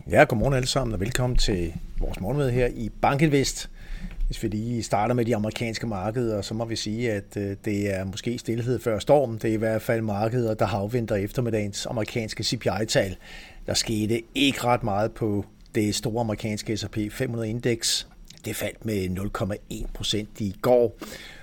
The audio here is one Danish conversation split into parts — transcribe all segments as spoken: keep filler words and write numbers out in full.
Ja, godmorgen alle sammen, og velkommen til vores morgenmøde her i BankInvest. Hvis vi lige starter med de amerikanske markeder, så må vi sige, at det er måske stillhed før storm. Det er i hvert fald markeder, der afventer eftermiddagens amerikanske C P I-tal. Der skete ikke ret meget på det store amerikanske S og P fem hundrede-indeks. Det faldt med nul komma en procent i går.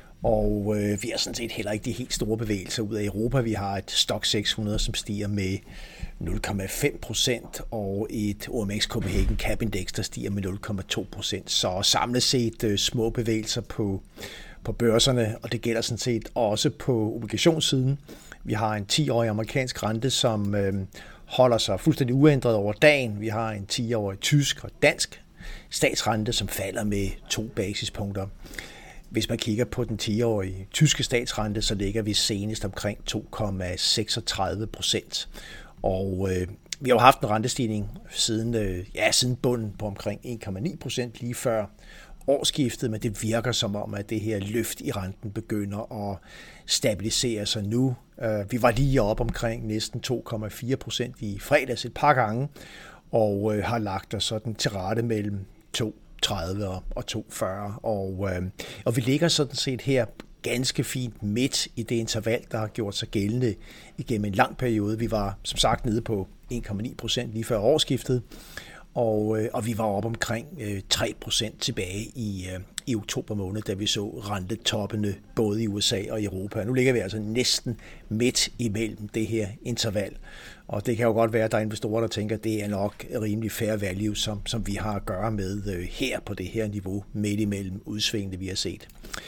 Og øh, vi har sådan set heller ikke de helt store bevægelser ud af Europa. Vi har et Stoxx seks hundrede, som stiger med nul komma fem procent, og et O M X Copenhagen Cap Index, der stiger med nul komma to procent. Så samlet set øh, små bevægelser på, på børserne, og det gælder sådan set også på obligationssiden. Vi har en ti-årig amerikansk rente, som øh, holder sig fuldstændig uændret over dagen. Vi har en ti-årig tysk og dansk statsrente, som falder med to basispunkter. Hvis man kigger på den ti-årige tyske statsrente, så ligger vi senest omkring to komma seksogtredive procent. Og øh, vi har jo haft en rentestigning siden, øh, ja, siden bunden på omkring en komma ni procent lige før årsskiftet, men det virker som om, at det her løft i renten begynder at stabilisere sig nu. Øh, vi var lige op omkring næsten to komma fire procent i fredags et par gange, og øh, har lagt os sådan til rette mellem to komma tredive og to komma fyrre, og, øh, og vi ligger sådan set her ganske fint midt i det interval, der har gjort sig gældende igennem en lang periode. Vi var som sagt nede på en komma ni procent lige før årsskiftet, og, øh, og vi var op omkring øh, tre procent tilbage i, øh, i oktober måned, da vi så rentetoppene både i U S A og i Europa. Nu ligger vi altså næsten midt imellem det her interval, og det kan jo godt være, at der er investorer, der tænker, at det er nok rimelig fair value, som, som vi har at gøre med øh, her på det her niveau, midt imellem udsvingene, vi har set.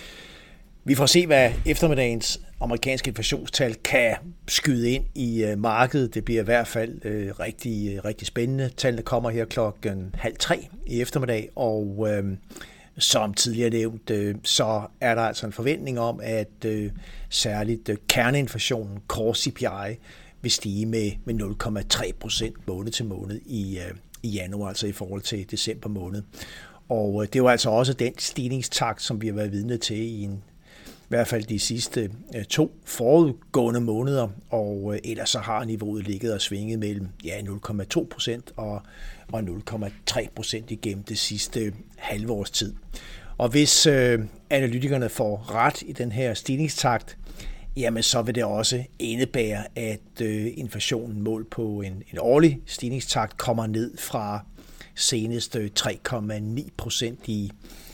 Vi får se, hvad eftermiddagens amerikanske inflationstal kan skyde ind i øh, markedet. Det bliver i hvert fald øh, rigtig, øh, rigtig spændende. Tallene kommer her klokken halv tre i eftermiddag, og øh, som tidligere nævnt, øh, så er der altså en forventning om, at øh, særligt øh, kerneinflationen, core C P I, vil stige med, med nul komma tre procent måned til måned i, øh, i januar, altså i forhold til december måned. Og øh, det er jo altså også den stigningstakt, som vi har været vidne til i en i hvert fald de sidste øh, to forudgående måneder, og øh, ellers så har niveauet ligget og svinget mellem ja, nul komma to procent og, og nul komma tre procent igennem det sidste halve års tid. Og hvis øh, analytikerne får ret i den her stigningstakt, jamen så vil det også indebære, at øh, inflationen målt på en, en årlig stigningstakt kommer ned fra senest tre komma ni procent i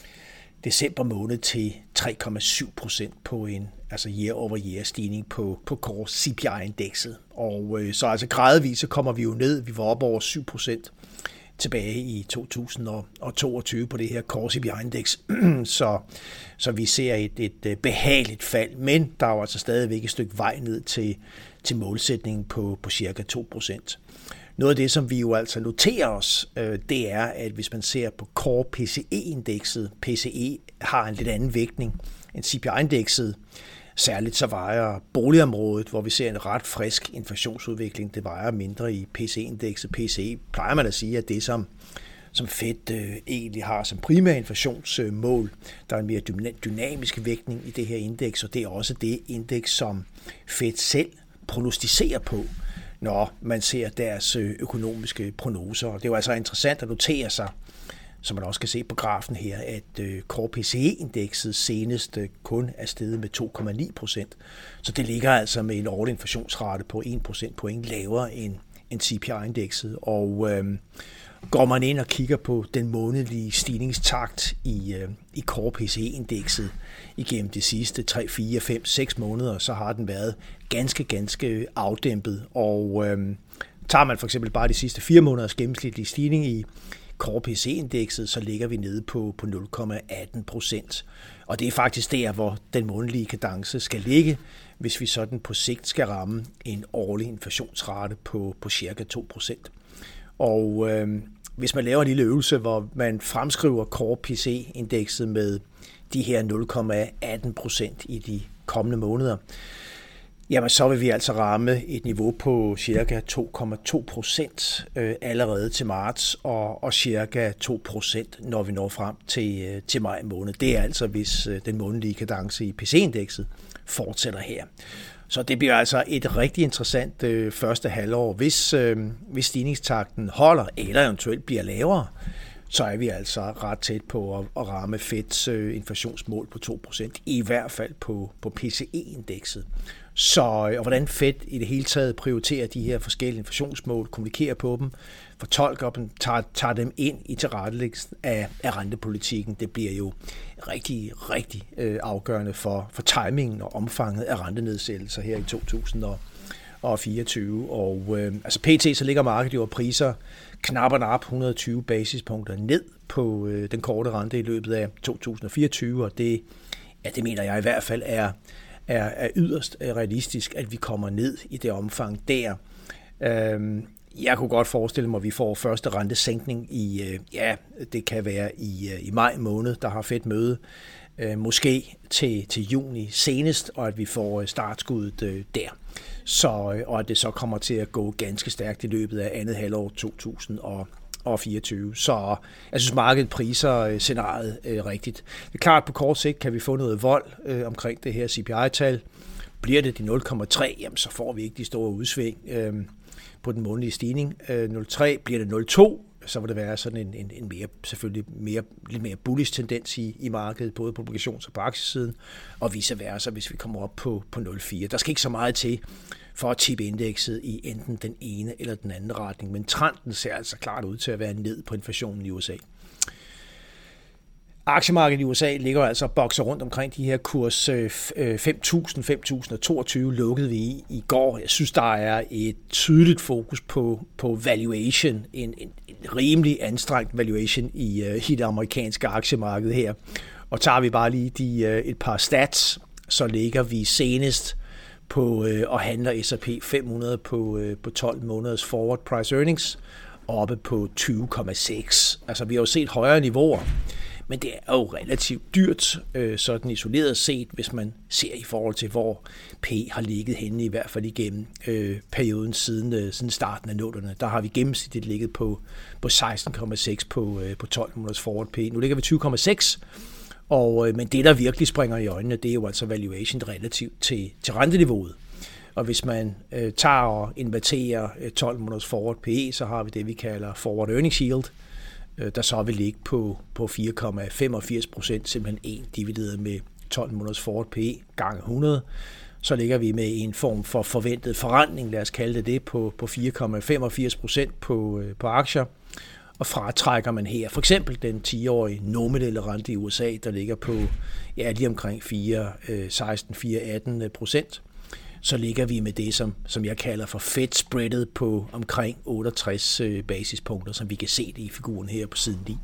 december måned til tre komma syv procent på en altså year over year stigning på, på core C P I-indekset. Og øh, så altså gradvist så kommer vi jo ned. Vi var op over syv procent tilbage i to tusind og toogtyve på det her core C P I-indeks. så, så vi ser et, et behageligt fald, men der er jo altså stadigvæk et stykke vej ned til, til målsætningen på, på cirka to procent. Noget af det, som vi jo altså noterer os, det er, at hvis man ser på core P C E-indekset, P C E har en lidt anden vægtning end C P I-indekset. Særligt så vejer boligområdet, hvor vi ser en ret frisk inflationsudvikling, det vejer mindre i P C E-indekset. P C E plejer man at sige, at det som, som Fed øh, egentlig har som primær inflationsmål. Der er en mere dynamisk vægtning i det her indeks, og det er også det indeks, som Fed selv prognostiserer på, når man ser deres økonomiske prognoser. Og det er jo altså interessant at notere sig, som man også kan se på grafen her, at core P C E-indekset senest kun er steget med to komma ni procent. Så det ligger altså med en årlig inflationsrate på en procentpoint lavere end, end C P I-indekset. Og øh, går man ind og kigger på den månedlige stigningstakt i, øh, i core P C E-indekset igennem de sidste tre, fire, fem, seks måneder, så har den været ganske, ganske afdæmpet. Og øh, tager man for eksempel bare de sidste fire måneders gennemsnitlige stigning i core P C E-indekset, så ligger vi nede på, på nul komma atten procent. Og det er faktisk der, hvor den månedlige kadence skal ligge, hvis vi sådan på sigt skal ramme en årlig inflationsrate på, på cirka to procent. Og øh, hvis man laver en lille øvelse, hvor man fremskriver core P C E-indekset med de her nul komma atten procent i de kommende måneder, jamen så vil vi altså ramme et niveau på cirka to komma to procent øh, allerede til marts, og, og cirka to procent, når vi når frem til, øh, til maj måned. Det er altså, hvis øh, den månedlige kadence i P C E-indekset fortsætter her. Så det bliver altså et rigtig interessant øh, første halvår. Hvis, øh, hvis stigningstakten holder, eller eventuelt bliver lavere, så er vi altså ret tæt på at, at ramme Feds øh, inflationsmål på to procent, i hvert fald på, på P C E-indekset. Så og hvordan Fed i det hele taget prioriterer de her forskellige inflationsmål, kommunikerer på dem, fortolker dem, tager, tager dem ind i tilrettelæggelsen af, af rentepolitikken, det bliver jo rigtig, rigtig øh, afgørende for, for timingen og omfanget af rentenedsættelser her i to tusind og fireogtyve. Og øh, altså P T så ligger markedet jo priser knap og nap hundrede og tyve basispunkter ned på øh, den korte rente i løbet af to tusind og fireogtyve, og det, ja, det mener jeg i hvert fald er er, er yderst realistisk, at vi kommer ned i det omfang der. Øhm, jeg kunne godt forestille mig, at vi får første rentesænkning i, øh, ja, det kan være i, øh, i maj måned, der har Fed møde, øh, måske til, til juni senest, og at vi får startskuddet øh, der. Så, og at det så kommer til at gå ganske stærkt i løbet af andet halvår to tusind og fireogtyve. Så jeg synes, markedet priser scenariet øh, rigtigt. Det er klart, at på kort sigt kan vi få noget vold øh, omkring det her C P I-tal. Bliver det de nul komma tre, jamen, så får vi ikke de store udsving øh, på den månedlige stigning. Øh, nul komma tre bliver det nul komma to, så vil det være sådan en, en, en mere, selvfølgelig mere, lidt mere bullish tendens i, i markedet, både på obligations- og på aktiesiden, og vice versa, hvis vi kommer op på, på nul komma fire. Der skal ikke så meget til for at tippe indekset i enten den ene eller den anden retning, men trenden ser altså klart ud til at være ned på inflationen i U S A. Aktiemarkedet i U S A ligger altså og bokser rundt omkring de her kurs fem tusind, fem tusind og toogtyve lukkede vi i i går. Jeg synes, der er et tydeligt fokus på, på valuation, en, en, en rimelig anstrengt valuation i, i det amerikanske aktiemarked her. Og tager vi bare lige de, et par stats, så ligger vi senest på øh, og handler S og P fem hundrede på, øh, på tolv måneders forward price earnings, oppe på tyve komma seks. Altså vi har jo set højere niveauer, men det er jo relativt dyrt, øh, sådan isoleret set, hvis man ser i forhold til, hvor P har ligget henne, i hvert fald igennem øh, perioden siden, øh, siden starten af nullerne. Der har vi gennemsnitligt ligget på, på seksten komma seks på, øh, på tolv måneders forward P. Nu ligger vi tyve komma seks. Og, men det, der virkelig springer i øjnene, det er jo altså valuation relativt til, til renteniveauet. Og hvis man øh, tager og inverterer øh, tolv måneders forward P E, så har vi det, vi kalder forward earnings yield, øh, der så vil ligge på, på fire komma femogfirs procent, simpelthen en divideret med tolv måneders forward P E gange hundrede. Så ligger vi med en form for forventet forrentning, lad os kalde det det, på, på fire komma femogfirs procent på, øh, på aktier. Og fratrækker man her for eksempel den ti-årige nominelle rente i U S A, der ligger på ja, lige omkring fire komma seksten til fire komma atten procent, så ligger vi med det, som, som jeg kalder for Fed-spreadet på omkring otteogtres basispunkter, som vi kan se det i figuren her på siden ni.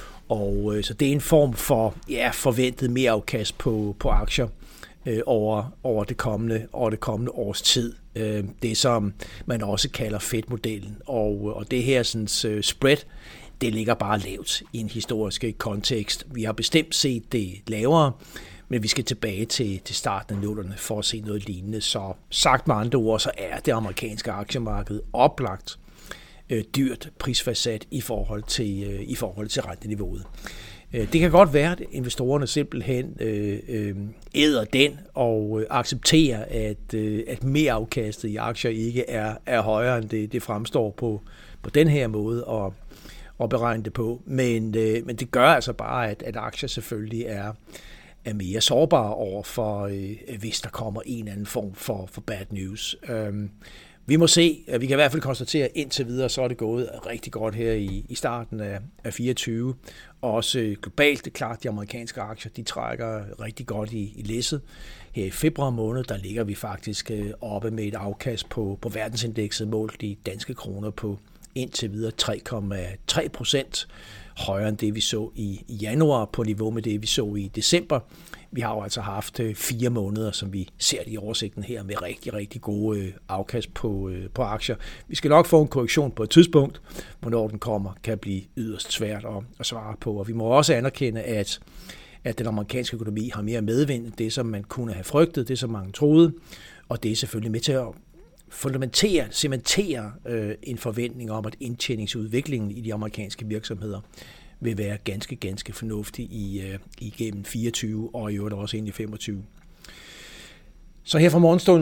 Og øh, så det er en form for ja, forventet merafkast på, på aktier øh, over, over, det kommende, over det kommende års tid. Øh, det, som man også kalder Fed-modellen. Og, og det her sådan, uh, spread, det ligger bare lavt i en historisk kontekst. Vi har bestemt set det lavere, men vi skal tilbage til, til starten af nullerne for at se noget lignende. Så sagt med andre ord, så er det amerikanske aktiemarked oplagt øh, dyrt prisfastsat i forhold til, øh, i forhold til renteniveauet. Det kan godt være, at investorerne simpelthen øh, øh, æder den og øh, accepterer, at, øh, at merafkastet i aktier ikke er, er højere, end det, det fremstår på, på den her måde at, at beregne det på. Men, øh, men det gør altså bare, at, at aktier selvfølgelig er, er mere sårbare over for, øh, hvis der kommer en eller anden form for, for bad news. Øh, Vi må se, vi kan i hvert fald konstatere, at indtil videre, så er det gået rigtig godt her i, i starten af, af fireogtyve. Og også globalt, det er klart, de amerikanske aktier, de trækker rigtig godt i, i læsset. Her i februar måned, der ligger vi faktisk oppe med et afkast på, på verdensindekset, målt i danske kroner på indtil videre tre komma tre procent. Højere end det, vi så i, i januar, på niveau med det, vi så i december. Vi har jo altså haft fire måneder, som vi ser i oversigten her, med rigtig, rigtig gode afkast på, på aktier. Vi skal nok få en korrektion på et tidspunkt. Hvornår den kommer, kan blive yderst svært at, at svare på. Og vi må også anerkende, at, at den amerikanske økonomi har mere medvind end det, som man kunne have frygtet, det som mange troede. Og det er selvfølgelig med til at fundamentere, cementere øh, en forventning om, at indtjeningsudviklingen i de amerikanske virksomheder vil være ganske, ganske fornuftig i, øh, igennem fireogtyve og i øvrigt også ind i femogtyve. Så her fra morgenstunden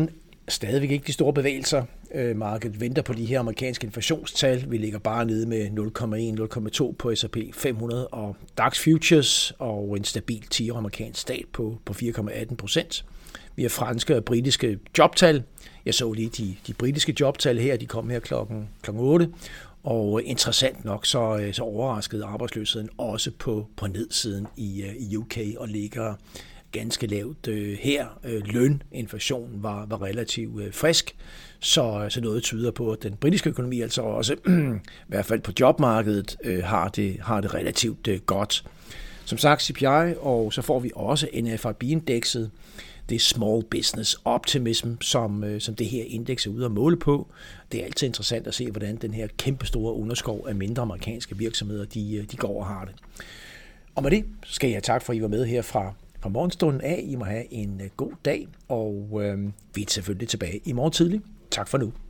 stadigvæk ikke de store bevægelser. Markedet venter på de her amerikanske inflationstal. Vi ligger bare nede med nul komma en til nul komma to på S og P fem hundrede og DAX Futures og en stabil ti-årig amerikansk stat på, på fire komma atten procent. Vi har franske og britiske jobtal. Jeg så lige de, de britiske jobtal her, de kom her klokken, klokken otte. Og interessant nok, så, så overraskede arbejdsløsheden også på, på nedsiden i, i U K og ligger ganske lavt øh, her. Øh, løninflationen var, var relativt øh, frisk, så, så noget tyder på, at den britiske økonomi altså også, i hvert fald på jobmarkedet, øh, har, det, har det relativt øh, godt. Som sagt C P I, og så får vi også N F I B-indekset, det er Small Business Optimism, som, øh, som det her indeks er ude at måle på. Det er altid interessant at se, hvordan den her kæmpestore underskov af mindre amerikanske virksomheder, de, de går og har det. Og med det skal jeg takke for, at I var med her fra Fra morgenstunden af. I må have en god dag, og øh, vi er selvfølgelig tilbage i morgen tidlig. Tak for nu.